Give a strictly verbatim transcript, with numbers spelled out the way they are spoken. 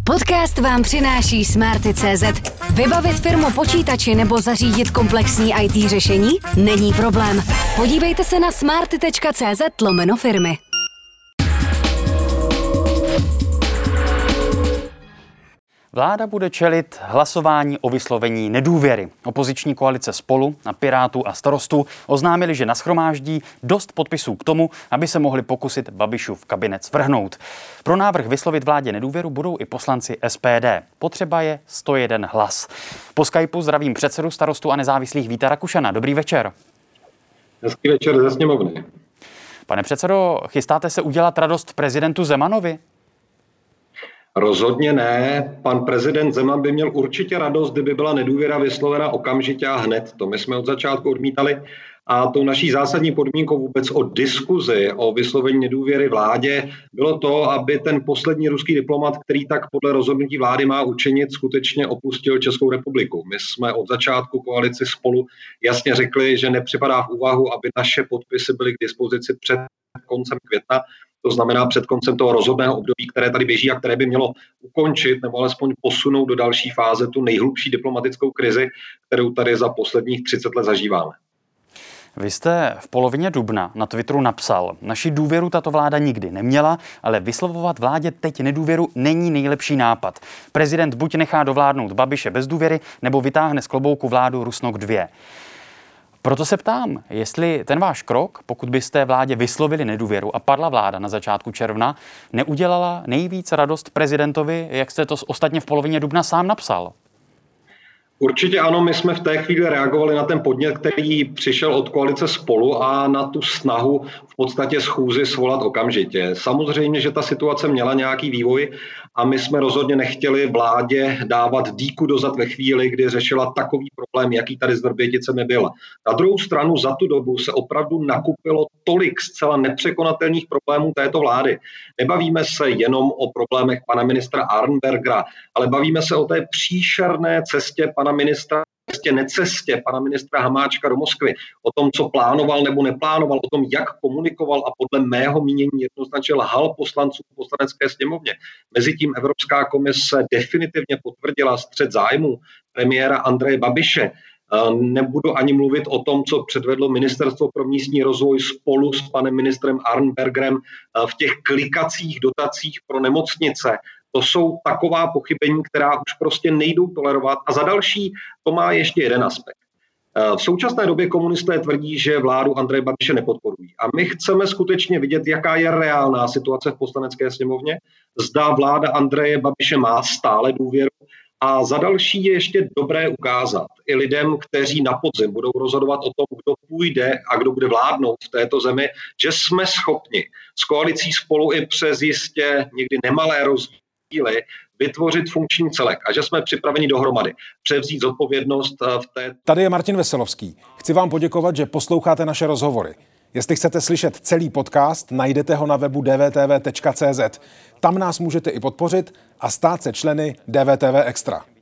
Podcast vám přináší Smarty tečka cé zet. Vybavit firmu počítači nebo zařídit komplexní í té řešení? Není problém. Podívejte se na smarty tečka cé zet lomeno firmy. Vláda bude čelit hlasování o vyslovení nedůvěry. Opoziční koalice Spolu a Pirátů a Starostů oznámili, že nashromáždí dost podpisů k tomu, aby se mohli pokusit Babišův kabinet svrhnout. Pro návrh vyslovit vládě nedůvěru budou i poslanci es pé dé. Potřeba je sto jeden hlas. Po Skypeu zdravím předsedu Starostů a nezávislých Víta Rakušana. Dobrý večer. Hezký večer ze sněmovny. Pane předsedo, chystáte se udělat radost prezidentu Zemanovi? Rozhodně ne. Pan prezident Zeman by měl určitě radost, kdyby byla nedůvěra vyslovena okamžitě a hned. To my jsme od začátku odmítali. A tou naší zásadní podmínkou vůbec o diskuzi o vyslovení nedůvěry vládě bylo to, aby ten poslední ruský diplomat, který tak podle rozhodnutí vlády má učinit, skutečně opustil Českou republiku. My jsme od začátku koalici Spolu jasně řekli, že nepřipadá v úvahu, aby naše podpisy byly k dispozici před koncem května. To znamená před koncem toho rozhodného období, které tady běží a které by mělo ukončit nebo alespoň posunout do další fáze tu nejhlubší diplomatickou krizi, kterou tady za posledních třicet let zažíváme. Vy jste v polovině dubna na Twitteru napsal: naši důvěru tato vláda nikdy neměla, ale vyslovovat vládě teď nedůvěru není nejlepší nápad. Prezident buď nechá dovládnout Babiše bez důvěry, nebo vytáhne z klobouku vládu Rusnok dvě. Proto se ptám, jestli ten váš krok, pokud byste vládě vyslovili nedůvěru a padla vláda na začátku června, neudělala nejvíc radost prezidentovi, jak jste to ostatně v polovině dubna sám napsal? Určitě ano, my jsme v té chvíli reagovali na ten podnět, který přišel od koalice Spolu a na tu snahu v podstatě schůzi svolat okamžitě. Samozřejmě, že ta situace měla nějaký vývoj a my jsme rozhodně nechtěli vládě dávat dýku dozad ve chvíli, kdy řešila takový problém, jaký tady s Vrběticemi byl. Na druhou stranu za tu dobu se opravdu nakupilo tolik zcela nepřekonatelných problémů této vlády. Nebavíme se jenom o problémech pana ministra Arenbergera, ale bavíme se o té příšerné cestě pana ministra, cestě necestě pana ministra Hamáčka do Moskvy, o tom, co plánoval nebo neplánoval, o tom, jak komunikoval a podle mého mínění jednoznačně lhal poslancům v Poslanecké sněmovně. Mezitím Evropská komise definitivně potvrdila střet zájmů premiéra Andreje Babiše. Nebudu ani mluvit o tom, co předvedlo Ministerstvo pro místní rozvoj Spolu s panem ministrem Arenbergerem v těch klikacích dotacích pro nemocnice. To jsou taková pochybení, která už prostě nejdou tolerovat. A za další to má ještě jeden aspekt. V současné době komunisté tvrdí, že vládu Andreje Babiše nepodporují. A my chceme skutečně vidět, jaká je reálná situace v Poslanecké sněmovně. Zda vláda Andreje Babiše má stále důvěru. A za další je ještě dobré ukázat i lidem, kteří na podzim budou rozhodovat o tom, kdo půjde a kdo bude vládnout v této zemi, že jsme schopni s koalicí Spolu i přes jistě někdy nemalé rozdíly vytvořit funkční celek a že jsme připraveni dohromady převzít zodpovědnost v té... Tady je Martin Veselovský. Chci vám poděkovat, že posloucháte naše rozhovory. Jestli chcete slyšet celý podcast, najdete ho na webu d v t v tečka c z. Tam nás můžete i podpořit a stát se členy D V T V Extra.